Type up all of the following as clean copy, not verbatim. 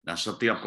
Nah,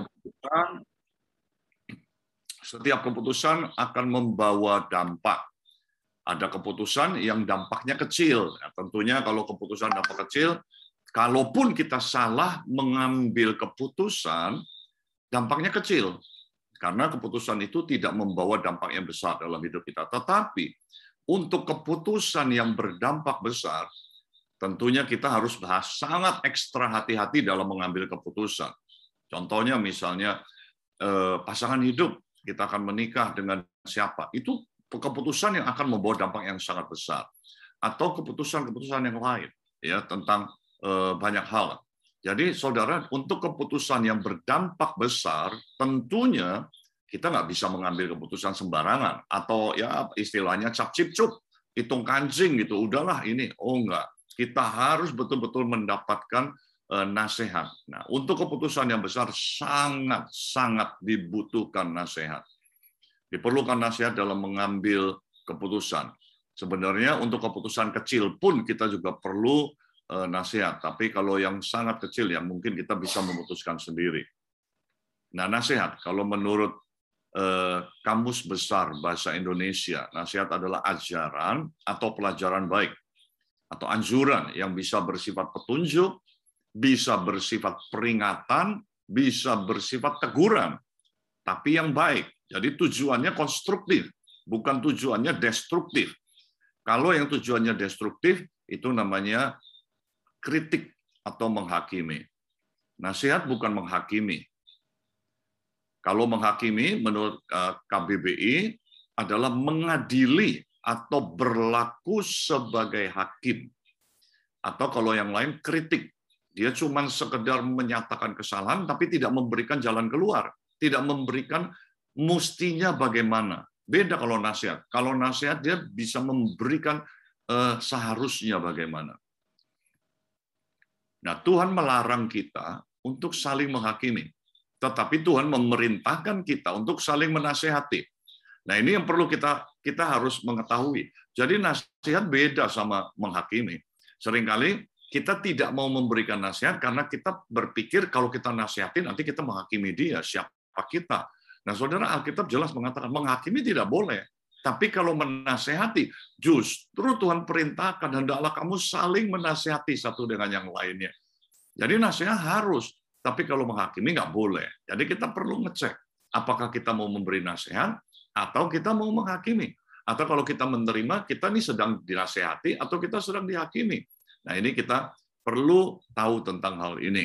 setiap keputusan akan membawa dampak. Ada keputusan yang dampaknya kecil. Nah, tentunya kalau keputusan dampak kecil, kalaupun kita salah mengambil keputusan, dampaknya kecil. Karena keputusan itu tidak membawa dampak yang besar dalam hidup kita. Tetapi untuk keputusan yang berdampak besar, tentunya kita harus sangat ekstra hati-hati dalam mengambil keputusan. Contohnya misalnya pasangan hidup, kita akan menikah dengan siapa. Itu keputusan yang akan membawa dampak yang sangat besar. Atau keputusan-keputusan yang lain ya tentang banyak hal. Jadi saudara, untuk keputusan yang berdampak besar, tentunya kita nggak bisa mengambil keputusan sembarangan atau ya istilahnya cap cip cup, hitung kancing gitu. Udahlah ini, enggak. Kita harus betul-betul mendapatkan nasihat. Nah, untuk keputusan yang besar sangat dibutuhkan nasihat. Diperlukan nasihat dalam mengambil keputusan. Sebenarnya untuk keputusan kecil pun kita juga perlu nasihat. Tapi kalau yang sangat kecil ya mungkin kita bisa memutuskan sendiri. Nah, nasihat kalau menurut Kamus Besar Bahasa Indonesia, nasihat adalah ajaran atau pelajaran baik atau anjuran yang bisa bersifat petunjuk, bisa bersifat peringatan, bisa bersifat teguran, tapi yang baik. Jadi tujuannya konstruktif, bukan tujuannya destruktif. Kalau yang tujuannya destruktif, itu namanya kritik atau menghakimi. Nasihat bukan menghakimi. Kalau menghakimi, menurut KBBI, adalah mengadili atau berlaku sebagai hakim. Atau kalau yang lain, kritik. Dia cuma sekedar menyatakan kesalahan, tapi tidak memberikan jalan keluar. Tidak memberikan mustinya bagaimana. Beda kalau nasihat. Kalau nasihat dia bisa memberikan seharusnya bagaimana. Nah, Tuhan melarang kita untuk saling menghakimi. Tetapi Tuhan memerintahkan kita untuk saling menasehati. Nah, ini yang perlu kita harus mengetahui. Jadi nasihat beda sama menghakimi. Seringkali kita tidak mau memberikan nasihat karena kita berpikir kalau kita nasihati nanti kita menghakimi dia, siapa kita. Nah, saudara, Alkitab jelas mengatakan menghakimi tidak boleh. Tapi kalau menasehati, justru Tuhan perintahkan, hendaklah kamu saling menasehati satu dengan yang lainnya. Jadi nasihat harus, tapi kalau menghakimi nggak boleh. Jadi kita perlu ngecek, apakah kita mau memberi nasihat, atau kita mau menghakimi. Atau kalau kita menerima, kita ini sedang dinasehati, atau kita sedang dihakimi. Nah, ini kita perlu tahu tentang hal ini.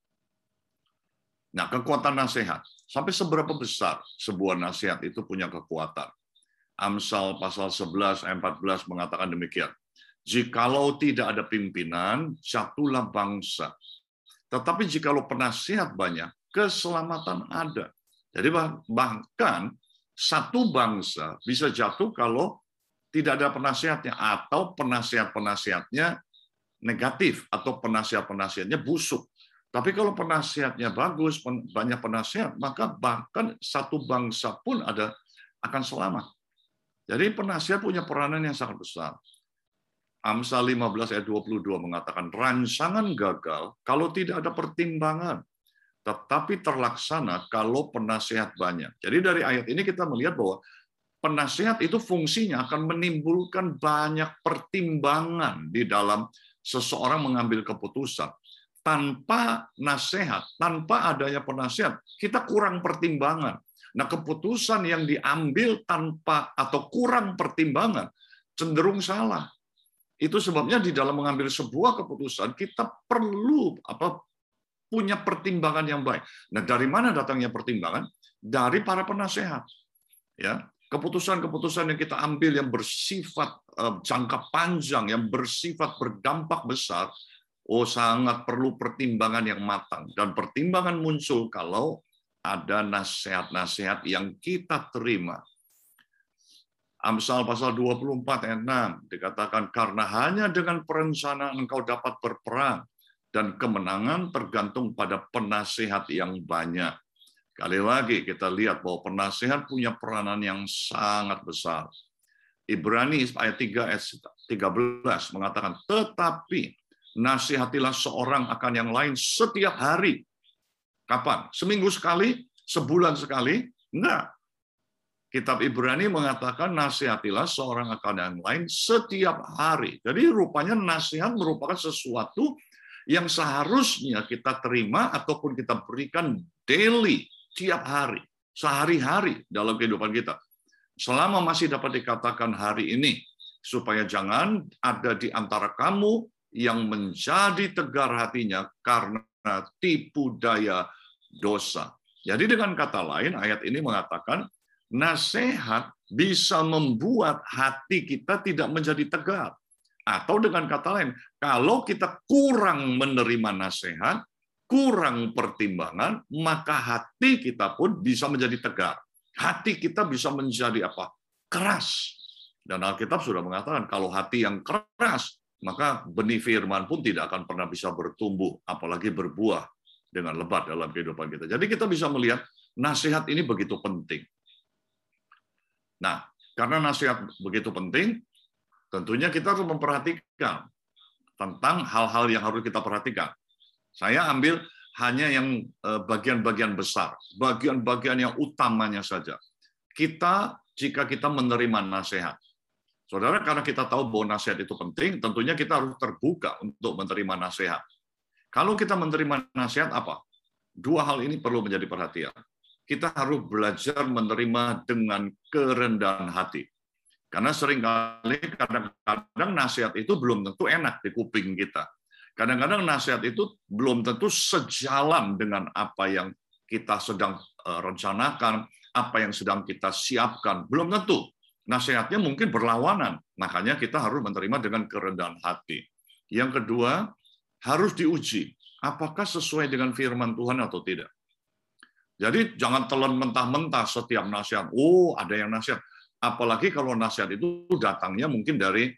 Nah, kekuatan nasihat. Sampai seberapa besar sebuah nasihat itu punya kekuatan. Amsal pasal 11 ayat 14 mengatakan demikian. Jikalau tidak ada pimpinan, jatuhlah bangsa. Tetapi jikalau penasihat banyak, keselamatan ada. Jadi bahkan satu bangsa bisa jatuh kalau tidak ada penasihatnya, atau penasihat-penasihatnya negatif, atau penasihat-penasihatnya busuk. Tapi kalau penasihatnya bagus, banyak penasihat, maka bahkan satu bangsa pun akan selamat. Jadi penasihat punya peranan yang sangat besar. Amsal 15 ayat 22 mengatakan, rancangan gagal kalau tidak ada pertimbangan, tetapi terlaksana kalau penasihat banyak. Jadi dari ayat ini kita melihat bahwa penasihat itu fungsinya akan menimbulkan banyak pertimbangan di dalam seseorang mengambil keputusan. Tanpa nasihat, tanpa adanya penasihat, kita kurang pertimbangan. Nah, keputusan yang diambil tanpa atau kurang pertimbangan cenderung salah. Itu sebabnya di dalam mengambil sebuah keputusan kita perlu punya pertimbangan yang baik. Nah, dari mana datangnya pertimbangan? Dari para penasehat. Ya, keputusan-keputusan yang kita ambil yang bersifat jangka panjang, yang bersifat berdampak besar, sangat perlu pertimbangan yang matang. Dan pertimbangan muncul kalau ada nasihat-nasihat yang kita terima. Amsal pasal 24 ayat 6 dikatakan, karena hanya dengan perencanaan engkau dapat berperang, dan kemenangan tergantung pada penasihat yang banyak. Sekali lagi kita lihat bahwa penasihat punya peranan yang sangat besar. Ibrani ayat 3 ayat 13 mengatakan, tetapi nasihatilah seorang akan yang lain setiap hari. Kapan? Seminggu sekali? Sebulan sekali? Enggak. Kitab Ibrani mengatakan nasihatilah seorang akan yang lain setiap hari. Jadi rupanya nasihat merupakan sesuatu yang seharusnya kita terima ataupun kita berikan daily, tiap hari, sehari-hari dalam kehidupan kita. Selama masih dapat dikatakan hari ini, supaya jangan ada di antara kamu yang menjadi tegar hatinya karena tipu daya dosa. Jadi dengan kata lain, ayat ini mengatakan, nasihat bisa membuat hati kita tidak menjadi tegar. Atau dengan kata lain, kalau kita kurang menerima nasihat, kurang pertimbangan, maka hati kita pun bisa menjadi tegar. Hati kita bisa menjadi apa? Keras. Dan Alkitab sudah mengatakan, kalau hati yang keras, maka benih firman pun tidak akan pernah bisa bertumbuh, apalagi berbuah dengan lebat dalam kehidupan kita. Jadi kita bisa melihat nasihat ini begitu penting. Nah, karena nasihat begitu penting, tentunya kita harus memperhatikan tentang hal-hal yang harus kita perhatikan. Saya ambil hanya yang bagian-bagian besar, bagian-bagian yang utamanya saja. Jika kita menerima nasihat, saudara, karena kita tahu bahwa nasihat itu penting, tentunya kita harus terbuka untuk menerima nasihat. Kalau kita menerima nasihat apa? Dua hal ini perlu menjadi perhatian. Kita harus belajar menerima dengan kerendahan hati. Karena seringkali kadang-kadang nasihat itu belum tentu enak di kuping kita. Kadang-kadang nasihat itu belum tentu sejalan dengan apa yang kita sedang rencanakan, apa yang sedang kita siapkan. Belum tentu. Nasihatnya mungkin berlawanan. Makanya kita harus menerima dengan kerendahan hati. Yang kedua, harus diuji. Apakah sesuai dengan firman Tuhan atau tidak. Jadi jangan telan mentah-mentah setiap nasihat. Oh, ada yang nasihat. Apalagi kalau nasihat itu datangnya mungkin dari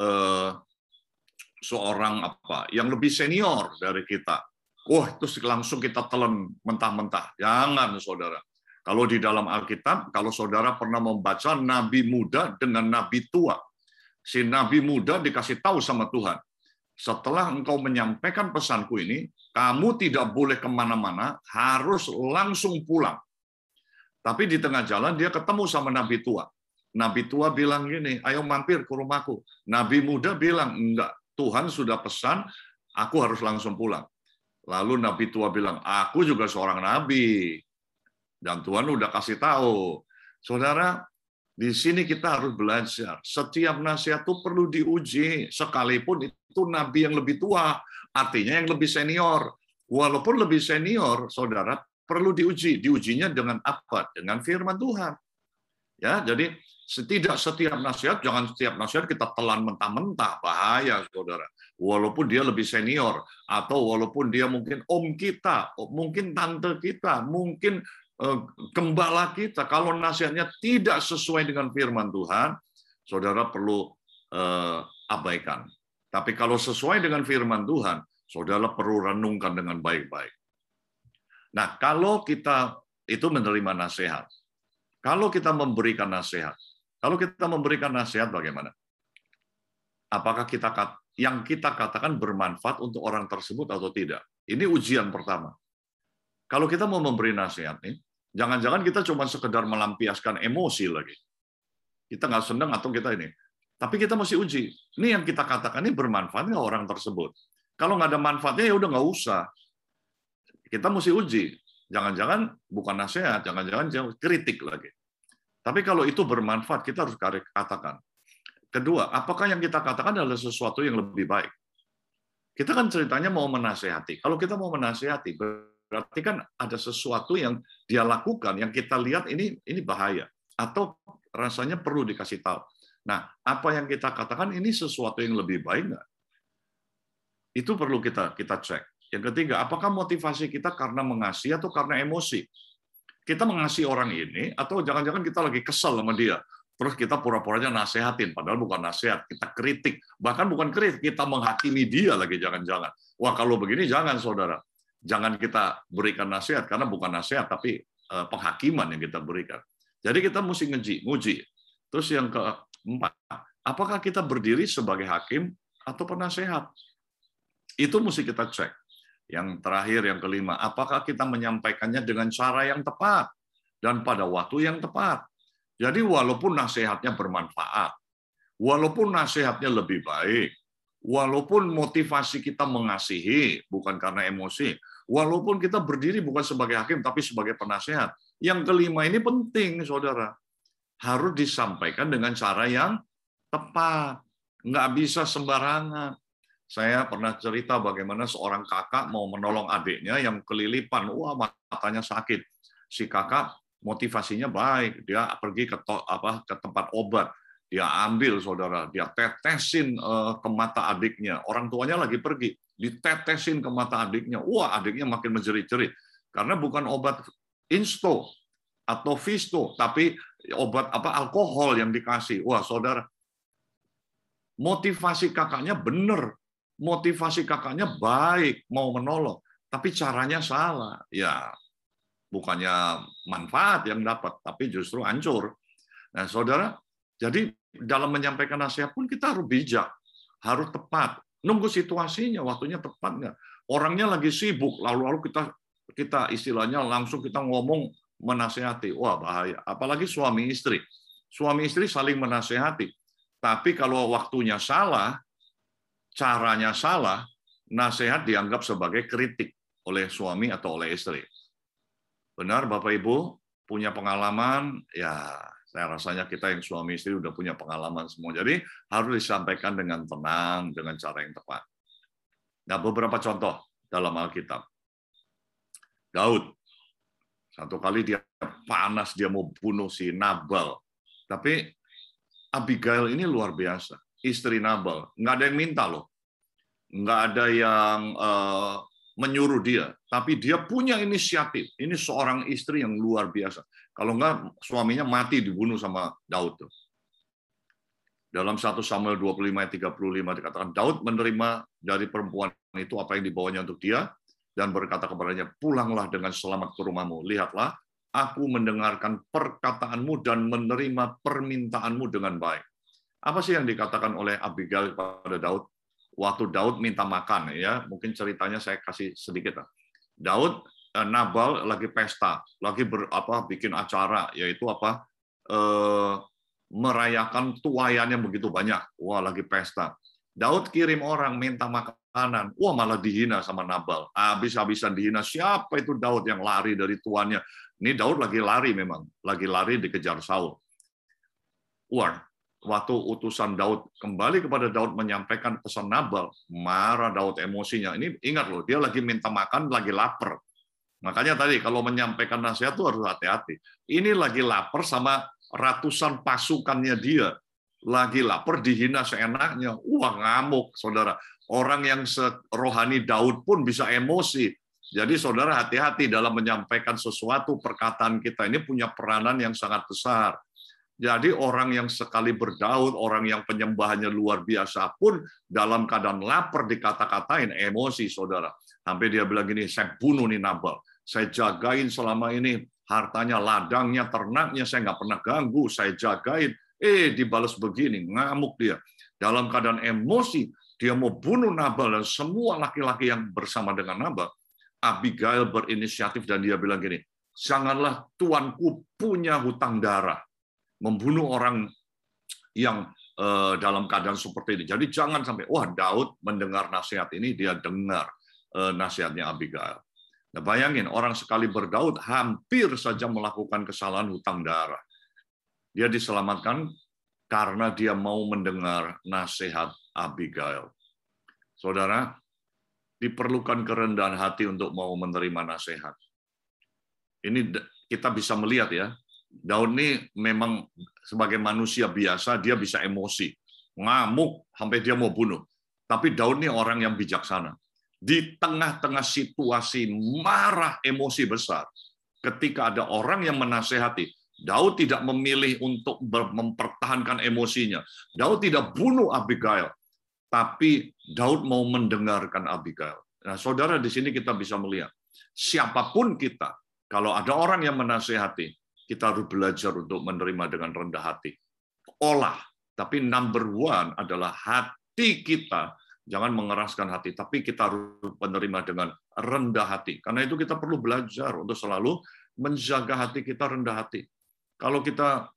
seorang yang lebih senior dari kita. Oh, itu langsung kita telan mentah-mentah. Jangan, saudara. Kalau di dalam Alkitab, kalau saudara pernah membaca nabi muda dengan nabi tua, si nabi muda dikasih tahu sama Tuhan, setelah engkau menyampaikan pesanku ini, kamu tidak boleh kemana-mana, harus langsung pulang. Tapi di tengah jalan dia ketemu sama nabi tua. Nabi tua bilang gini, ayo mampir ke rumahku. Nabi muda bilang, enggak, Tuhan sudah pesan, aku harus langsung pulang. Lalu nabi tua bilang, aku juga seorang nabi. Dan Tuhan udah kasih tahu. Saudara, di sini kita harus belajar. Setiap nasihat itu perlu diuji, sekalipun itu nabi yang lebih tua, artinya yang lebih senior. Walaupun lebih senior, saudara, perlu diuji. Diujinya dengan apa? Dengan firman Tuhan. Ya, jadi setiap nasihat, jangan setiap nasihat kita telan mentah-mentah, bahaya, saudara. Walaupun dia lebih senior, atau walaupun dia mungkin om kita, mungkin tante kita, mungkin gembala kita, kalau nasihatnya tidak sesuai dengan firman Tuhan, saudara perlu abaikan. Tapi kalau sesuai dengan firman Tuhan, saudara perlu renungkan dengan baik-baik. Nah, kalau kita itu menerima nasihat, kalau kita memberikan nasihat, bagaimana? Apakah yang kita katakan bermanfaat untuk orang tersebut atau tidak? Ini ujian pertama. Kalau kita mau memberi nasihat nih, jangan-jangan kita cuma sekedar melampiaskan emosi lagi. Kita nggak senang atau kita ini. Tapi kita mesti uji. Ini yang kita katakan ini bermanfaat nggak orang tersebut? Kalau nggak ada manfaatnya, ya udah nggak usah. Kita mesti uji. Jangan-jangan bukan nasihat, jangan-jangan kritik lagi. Tapi kalau itu bermanfaat, kita harus katakan. Kedua, apakah yang kita katakan adalah sesuatu yang lebih baik? Kita kan ceritanya mau menasehati. Kalau kita mau menasehati, berarti kan ada sesuatu yang dia lakukan, yang kita lihat ini bahaya. Atau rasanya perlu dikasih tahu. Nah, apa yang kita katakan ini sesuatu yang lebih baik nggak? Itu perlu kita cek. Yang ketiga, apakah motivasi kita karena mengasihi atau karena emosi? Kita mengasihi orang ini, atau jangan-jangan kita lagi kesel sama dia. Terus kita pura-puranya nasehatin, padahal bukan nasihat, kita kritik. Bahkan bukan kritik, kita menghakimi dia lagi, jangan-jangan. Wah, kalau begini jangan, saudara. Jangan kita berikan nasihat, karena bukan nasihat, tapi penghakiman yang kita berikan. Jadi kita mesti nguji. Terus yang keempat, apakah kita berdiri sebagai hakim atau penasehat? Itu mesti kita cek. Yang terakhir, yang kelima, apakah kita menyampaikannya dengan cara yang tepat dan pada waktu yang tepat. Jadi walaupun nasihatnya bermanfaat, walaupun nasihatnya lebih baik, walaupun motivasi kita mengasihi, bukan karena emosi, walaupun kita berdiri bukan sebagai hakim, tapi sebagai penasehat. Yang kelima ini penting, saudara. Harus disampaikan dengan cara yang tepat. Nggak bisa sembarangan. Saya pernah cerita bagaimana seorang kakak mau menolong adiknya yang kelilipan. Wah, matanya sakit. Si kakak motivasinya baik. Dia pergi ke tempat obat. Dia ambil, saudara. Dia tetesin ke mata adiknya. Orang tuanya lagi pergi. Ditetesin ke mata adiknya. Wah, adiknya makin menjerit-jerit. Karena bukan obat insto atau visto, tapi obat alkohol yang dikasih. Wah, saudara, motivasi kakaknya benar, motivasi kakaknya baik, mau menolong, tapi caranya salah. Ya, bukannya manfaat yang dapat, tapi justru hancur. Nah, saudara, jadi dalam menyampaikan nasihat pun kita harus bijak, harus tepat. Nunggu situasinya, waktunya tepat nggak? Orangnya lagi sibuk, lalu kita istilahnya langsung kita ngomong menasehati. Wah, bahaya. Apalagi suami istri. Suami istri saling menasehati. Tapi kalau waktunya salah, caranya salah, nasihat dianggap sebagai kritik oleh suami atau oleh istri. Benar, Bapak Ibu? Punya pengalaman? Ya, saya rasanya kita yang suami istri udah punya pengalaman semua. Jadi harus disampaikan dengan tenang, dengan cara yang tepat. Nah, beberapa contoh dalam Alkitab. Daud, satu kali dia panas, dia mau bunuh si Nabal. Tapi Abigail ini luar biasa, istri Nabal. Nggak ada yang minta loh. Nggak ada yang menyuruh dia. Tapi dia punya inisiatif. Ini seorang istri yang luar biasa. Kalau nggak, suaminya mati dibunuh sama Daud. Dalam 1 Samuel 25 ayat 35 dikatakan, Daud menerima dari perempuan itu apa yang dibawanya untuk dia, dan berkata kepadanya, pulanglah dengan selamat ke rumahmu. Lihatlah, aku mendengarkan perkataanmu dan menerima permintaanmu dengan baik. Apa sih yang dikatakan oleh Abigail kepada Daud? Waktu Daud minta makan, ya mungkin ceritanya saya kasih sedikit. Daud, Nabal lagi pesta, lagi bikin acara, yaitu merayakan tuayannya begitu banyak. Wah, lagi pesta. Daud kirim orang minta makanan. Wah, malah dihina sama Nabal. Habis-habisan dihina. Siapa itu Daud yang lari dari tuannya? Ini Daud lagi lari memang. Lagi lari dikejar Saul. Wah, waktu utusan Daud kembali kepada Daud menyampaikan pesan Nabal, marah Daud emosinya. Ini ingat loh, dia lagi minta makan, lagi lapar. Makanya tadi kalau menyampaikan nasihat itu harus hati-hati. Ini lagi lapar sama ratusan pasukannya dia. Lagi lapar, dihina seenaknya. Wah, ngamuk, saudara. Orang yang serohani Daud pun bisa emosi. Jadi, saudara, hati-hati dalam menyampaikan sesuatu. Perkataan kita ini punya peranan yang sangat besar. Jadi, orang yang sekali berdaud, orang yang penyembahannya luar biasa pun dalam keadaan lapar dikata-katain, emosi, saudara. Sampai dia bilang gini, saya bunuh nih Nabal. Saya jagain selama ini hartanya, ladangnya, ternaknya, saya nggak pernah ganggu, saya jagain. Dibalas begini, ngamuk dia. Dalam keadaan emosi, dia mau bunuh Nabal dan semua laki-laki yang bersama dengan Nabal. Abigail berinisiatif dan dia bilang gini, janganlah tuanku punya hutang darah, membunuh orang yang dalam keadaan seperti ini. Jadi jangan sampai, wah Daud mendengar nasihat ini, dia dengar nasihatnya Abigail. Nah, bayangin, orang sekali berdaud hampir saja melakukan kesalahan hutang darah. Dia diselamatkan karena dia mau mendengar nasihat Abigail. Saudara, diperlukan kerendahan hati untuk mau menerima nasihat. Ini kita bisa melihat ya, Daud ini memang sebagai manusia biasa, dia bisa emosi, ngamuk, sampai dia mau bunuh. Tapi Daud ini orang yang bijaksana. Di tengah-tengah situasi marah, emosi besar, ketika ada orang yang menasehati, Daud tidak memilih untuk mempertahankan emosinya. Daud tidak bunuh Abigail, tapi Daud mau mendengarkan Abigail. Nah, saudara, di sini kita bisa melihat, siapapun kita, kalau ada orang yang menasehati, kita harus belajar untuk menerima dengan rendah hati. Olah, tapi number one adalah hati kita. Jangan mengeraskan hati, tapi kita harus menerima dengan rendah hati. Karena itu kita perlu belajar untuk selalu menjaga hati kita rendah hati. Kalau kita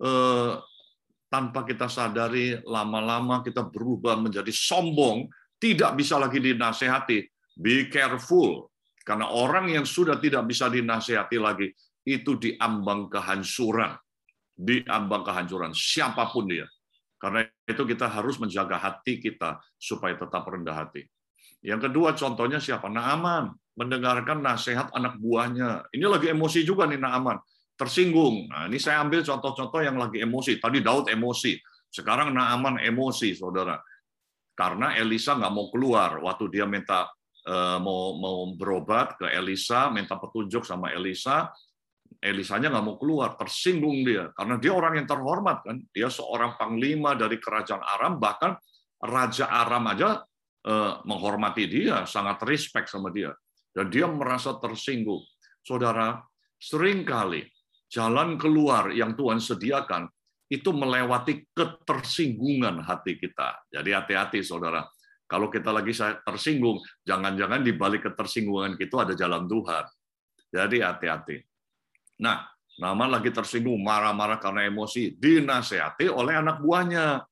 tanpa kita sadari, lama-lama kita berubah menjadi sombong, tidak bisa lagi dinasehati. Be careful, karena orang yang sudah tidak bisa dinasehati lagi, itu diambang kehancuran. Diambang kehancuran, siapapun dia. Karena itu kita harus menjaga hati kita supaya tetap rendah hati. Yang kedua contohnya siapa? Naaman, mendengarkan nasihat anak buahnya. Ini lagi emosi juga nih Naaman, tersinggung. Nah, ini saya ambil contoh-contoh yang lagi emosi. Tadi Daud emosi, sekarang Naaman emosi, saudara. Karena Elisa nggak mau keluar waktu dia minta mau berobat ke Elisa, minta petunjuk sama Elisa. Elisanya nggak mau keluar, tersinggung dia. Karena dia orang yang terhormat, kan? Dia seorang panglima dari kerajaan Aram, bahkan Raja Aram aja menghormati dia, sangat respect sama dia. Dan dia merasa tersinggung. Saudara, seringkali jalan keluar yang Tuhan sediakan itu melewati ketersinggungan hati kita. Jadi hati-hati, saudara. Kalau kita lagi tersinggung, jangan-jangan di balik ketersinggungan itu ada jalan Tuhan. Jadi hati-hati. Nah, Naaman lagi tersinggung, marah-marah karena emosi, dinasehati oleh anak buahnya.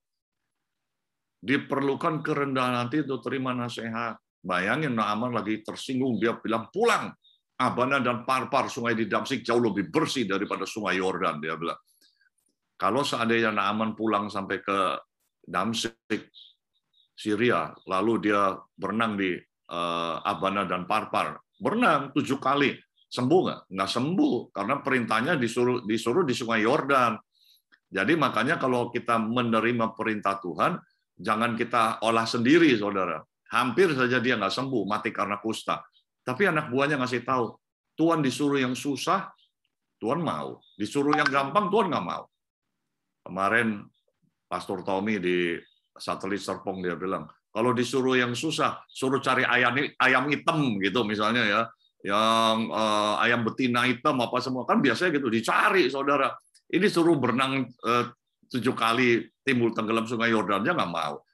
Diperlukan kerendahan hati untuk terima nasihat. Bayangin Naaman lagi tersinggung, dia bilang, pulang. Abana dan Parpar, sungai di Damsyik jauh lebih bersih daripada sungai Yordan, dia bilang. Kalau seandainya Naaman pulang sampai ke Damsyik, Syria, lalu dia berenang di Abana dan Parpar, berenang 7 kali, sembuh nggak? Nggak sembuh, karena perintahnya disuruh di sungai Yordan. Jadi makanya kalau kita menerima perintah Tuhan, jangan kita olah sendiri, saudara. Hampir saja dia nggak sembuh, mati karena kusta. Tapi anak buahnya ngasih tahu, Tuhan disuruh yang susah, Tuhan mau. Disuruh yang gampang, Tuhan nggak mau. Kemarin Pastor Tommy di Satelit Serpong dia bilang, kalau disuruh yang susah, suruh cari ayam hitam gitu misalnya ya, yang ayam betina hitam apa semua, kan biasanya gitu dicari, saudara. Ini suruh berenang 7 kali timbul tenggelam sungai Yordan, dia nggak mau.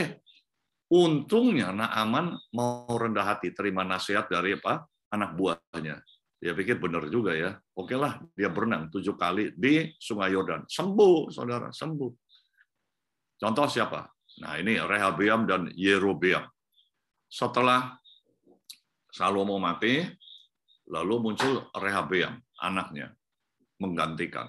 Untungnya Naaman mau rendah hati, terima nasihat dari anak buahnya. Dia pikir benar juga ya. Oke lah, dia berenang 7 kali di sungai Yordan, sembuh, saudara, sembuh. Contoh siapa? Nah, ini Rehabeam dan Yerobeam. Setelah Salomo mati, lalu muncul Rehabeam, anaknya, menggantikan.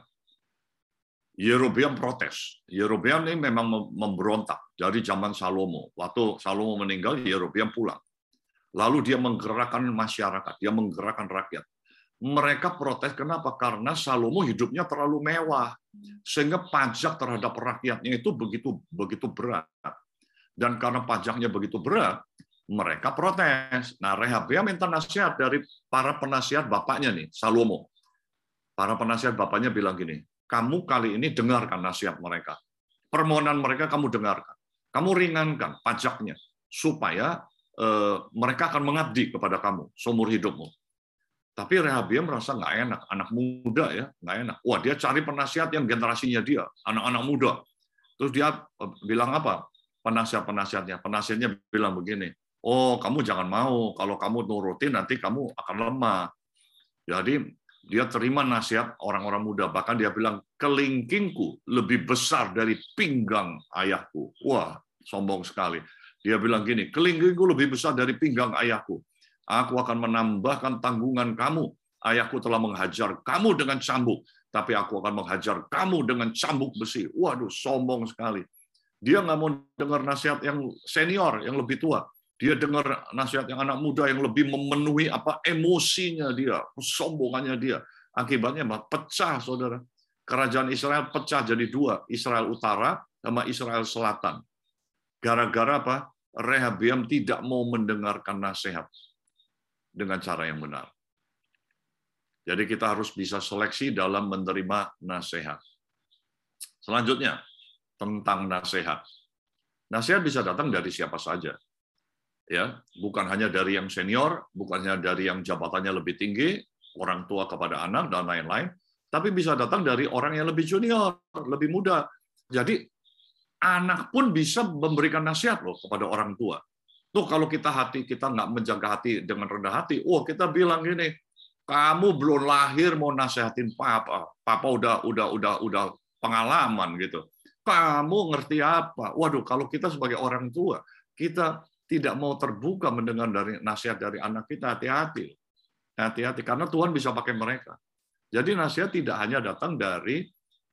Yerobeam protes. Yerobeam ini memang memberontak dari zaman Salomo. Waktu Salomo meninggal, Yerobeam pulang. Lalu dia menggerakkan masyarakat, dia menggerakkan rakyat. Mereka protes kenapa? Karena Salomo hidupnya terlalu mewah, sehingga pajak terhadap rakyatnya itu begitu berat. Dan karena pajaknya begitu berat, mereka protes. Nah, Rehabeam minta nasihat dari para penasihat bapaknya nih, Salomo. Para penasihat bapaknya bilang gini, kamu kali ini dengarkan nasihat mereka. Permohonan mereka kamu dengarkan. Kamu ringankan pajaknya, supaya mereka akan mengabdi kepada kamu seumur hidupmu. Tapi Rehabeam merasa nggak enak, anak muda ya, nggak enak. Wah, dia cari penasihat yang generasinya dia, anak-anak muda. Terus dia bilang apa? Penasihatnya bilang begini, oh kamu jangan mau, kalau kamu nurutin nanti kamu akan lemah. Jadi dia terima nasihat orang-orang muda, bahkan dia bilang, kelingkingku lebih besar dari pinggang ayahku. Wah, sombong sekali. Dia bilang gini, kelingkingku lebih besar dari pinggang ayahku. Aku akan menambahkan tanggungan kamu. Ayahku telah menghajar kamu dengan cambuk, tapi aku akan menghajar kamu dengan cambuk besi. Waduh, sombong sekali. Dia nggak mau dengar nasihat yang senior, yang lebih tua. Dia dengar nasihat yang anak muda yang lebih memenuhi emosinya dia, kesombongannya dia. Akibatnya pecah, saudara. Kerajaan Israel pecah jadi 2, Israel Utara sama Israel Selatan. Gara-gara apa? Rehabeam tidak mau mendengarkan nasihat dengan cara yang benar. Jadi kita harus bisa seleksi dalam menerima nasihat. Selanjutnya, tentang nasihat. Nasihat bisa datang dari siapa saja. Ya, bukan hanya dari yang senior, bukan hanya dari yang jabatannya lebih tinggi, orang tua kepada anak dan lain-lain, tapi bisa datang dari orang yang lebih junior, lebih muda. Jadi anak pun bisa memberikan nasihat loh kepada orang tua. Tuh kalau kita nggak menjaga hati dengan rendah hati, kita bilang gini, kamu belum lahir mau nasehatin papa, papa udah pengalaman gitu. Kamu ngerti apa? Waduh, kalau kita sebagai orang tua, kita tidak mau terbuka mendengar dari nasihat dari anak kita, hati-hati. Hati-hati, karena Tuhan bisa pakai mereka. Jadi nasihat tidak hanya datang dari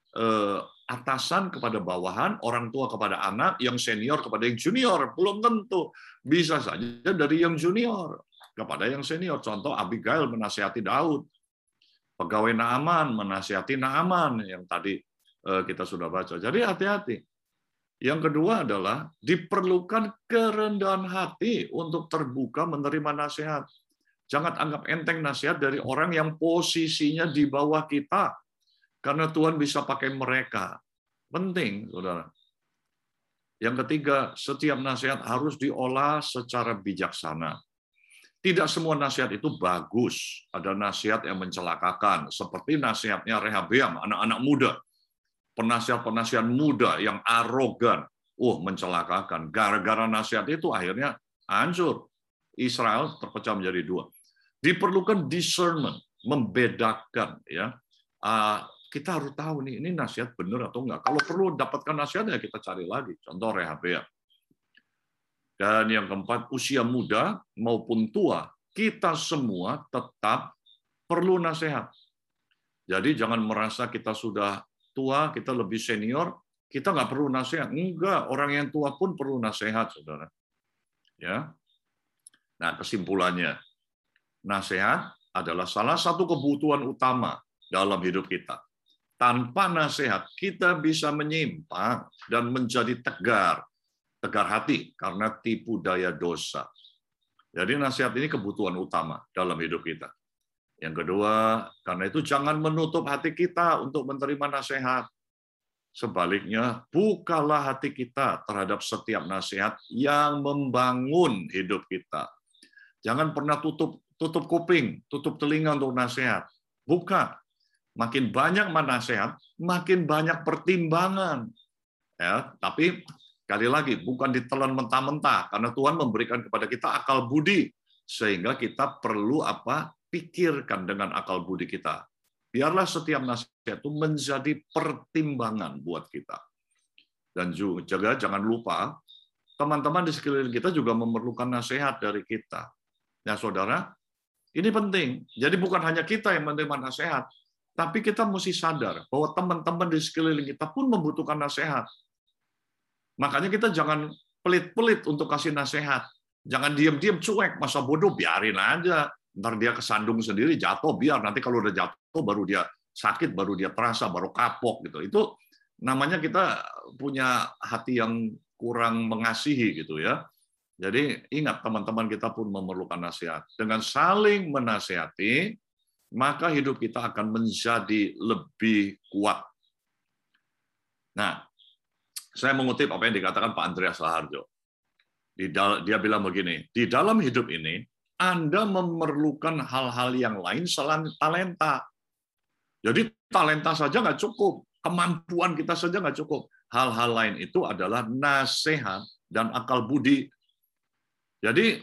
atasan kepada bawahan, orang tua kepada anak, yang senior kepada yang junior. Belum tentu. Bisa saja dari yang junior kepada yang senior. Contoh Abigail menasihati Daud. Pegawai Naaman menasihati Naaman, yang tadi kita sudah baca. Jadi hati-hati. Yang kedua adalah diperlukan kerendahan hati untuk terbuka menerima nasihat. Jangan anggap enteng nasihat dari orang yang posisinya di bawah kita. Karena Tuhan bisa pakai mereka. Penting, saudara. Yang ketiga, setiap nasihat harus diolah secara bijaksana. Tidak semua nasihat itu bagus. Ada nasihat yang mencelakakan. Seperti nasihatnya Rehabeam, anak-anak muda. Penasihat-penasihat muda yang arogan. Mencelakakan. Gara-gara nasihat itu akhirnya hancur. Israel terpecah menjadi dua. Diperlukan discernment, membedakan, ya. Kita harus tahu nih, ini nasihat benar atau enggak. Kalau perlu dapatkan nasihat, ya kita cari lagi. Contoh Rehabeam. Dan yang keempat, usia muda maupun tua, kita semua tetap perlu nasihat. Jadi jangan merasa kita sudah tua, kita lebih senior, kita nggak perlu nasihat. Enggak, orang yang tua pun perlu nasihat, saudara. Ya. Nah, kesimpulannya, nasihat adalah salah satu kebutuhan utama dalam hidup kita. Tanpa nasihat, kita bisa menyimpang dan menjadi tegar hati karena tipu daya dosa. Jadi nasihat ini kebutuhan utama dalam hidup kita. Yang kedua, karena itu jangan menutup hati kita untuk menerima nasihat. Sebaliknya, bukalah hati kita terhadap setiap nasihat yang membangun hidup kita. Jangan pernah tutup kuping, tutup telinga untuk nasihat. Buka. Makin banyak nasihat, makin banyak pertimbangan. Ya, tapi sekali lagi bukan ditelan mentah-mentah, karena Tuhan memberikan kepada kita akal budi, sehingga kita perlu pikirkan dengan akal budi kita. Biarlah setiap nasihat itu menjadi pertimbangan buat kita. Dan juga jangan lupa, teman-teman di sekeliling kita juga memerlukan nasihat dari kita. Ya, saudara, ini penting. Jadi bukan hanya kita yang menerima nasihat, tapi kita mesti sadar bahwa teman-teman di sekeliling kita pun membutuhkan nasihat. Makanya kita jangan pelit-pelit untuk kasih nasihat. Jangan diam-diam cuek, masa bodoh biarin aja. Ntar dia kesandung sendiri, jatuh, biar. Nanti kalau udah jatuh, baru dia sakit, baru dia terasa, baru kapok. Gitu. Itu namanya kita punya hati yang kurang mengasihi. Gitu ya. Jadi ingat, teman-teman kita pun memerlukan nasihat. Dengan saling menasihati, maka hidup kita akan menjadi lebih kuat. Nah, saya mengutip apa yang dikatakan Pak Andreas Raharjo. Dia bilang begini, di dalam hidup ini, Anda memerlukan hal-hal yang lain selain talenta. Jadi talenta saja nggak cukup, kemampuan kita saja nggak cukup. Hal-hal lain itu adalah nasihat dan akal budi. Jadi,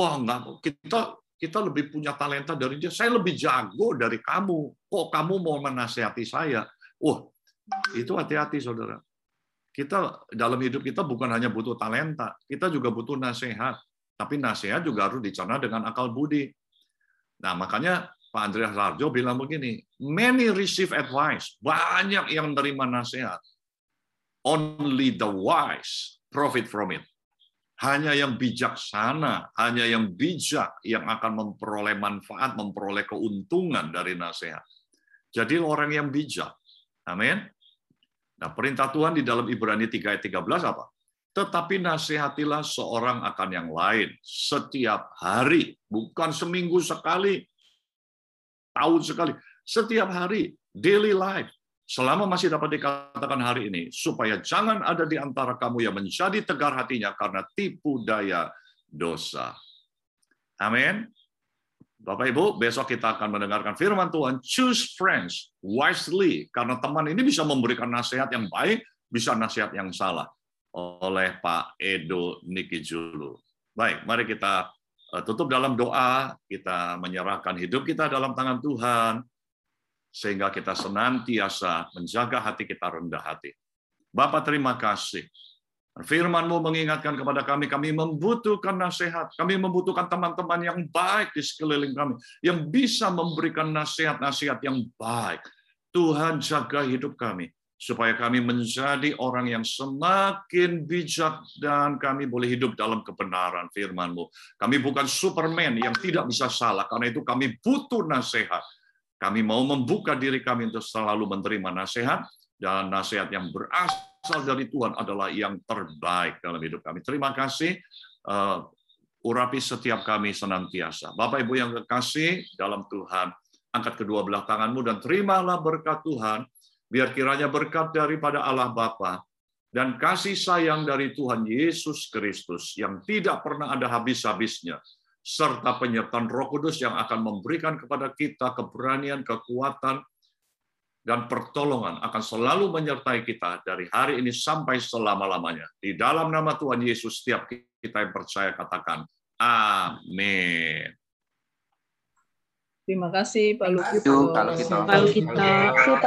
kita lebih punya talenta dari dia. Saya lebih jago dari kamu. Kok kamu mau menasihati saya? Itu hati-hati, saudara. Kita dalam hidup kita bukan hanya butuh talenta, kita juga butuh nasihat. Tapi nasihat juga harus dicerna dengan akal budi. Nah, makanya Pak Andreas Raharjo bilang begini, many receive advice. Banyak yang menerima nasihat. Only the wise profit from it. Hanya yang bijaksana, hanya yang bijak yang akan memperoleh manfaat, memperoleh keuntungan dari nasihat. Jadi orang yang bijak. Amin. Nah, perintah Tuhan di dalam Ibrani 3 ayat 13 apa? Tetapi nasihatilah seorang akan yang lain setiap hari, bukan seminggu sekali, tahun sekali, setiap hari, daily life. Selama masih dapat dikatakan hari ini, supaya jangan ada di antara kamu yang menjadi tegar hatinya karena tipu daya dosa. Amin. Bapak Ibu, besok kita akan mendengarkan firman Tuhan, choose friends wisely, karena teman ini bisa memberikan nasihat yang baik, bisa nasihat yang salah, oleh Pak Edo Niki Julu. Baik, mari kita tutup dalam doa, kita menyerahkan hidup kita dalam tangan Tuhan, sehingga kita senantiasa menjaga hati kita rendah hati. Bapa, terima kasih. Firman-Mu mengingatkan kepada kami membutuhkan nasihat, kami membutuhkan teman-teman yang baik di sekeliling kami, yang bisa memberikan nasihat-nasihat yang baik. Tuhan, jaga hidup kami, supaya kami menjadi orang yang semakin bijak dan kami boleh hidup dalam kebenaran firman-Mu. Kami bukan Superman yang tidak bisa salah, karena itu kami butuh nasihat. Kami mau membuka diri kami untuk selalu menerima nasihat, dan nasihat yang berasal dari Tuhan adalah yang terbaik dalam hidup kami. Terima kasih, urapi setiap kami senantiasa. Bapak Ibu yang kekasih dalam Tuhan, angkat kedua belah tanganmu dan terimalah berkat Tuhan. Biar kiranya berkat daripada Allah Bapa dan kasih sayang dari Tuhan Yesus Kristus yang tidak pernah ada habis-habisnya, serta penyertaan Roh Kudus yang akan memberikan kepada kita keberanian, kekuatan, dan pertolongan akan selalu menyertai kita dari hari ini sampai selama-lamanya. Di dalam nama Tuhan Yesus, setiap kita yang percaya katakan, amin. Terima kasih Pak Luki. Kalau kita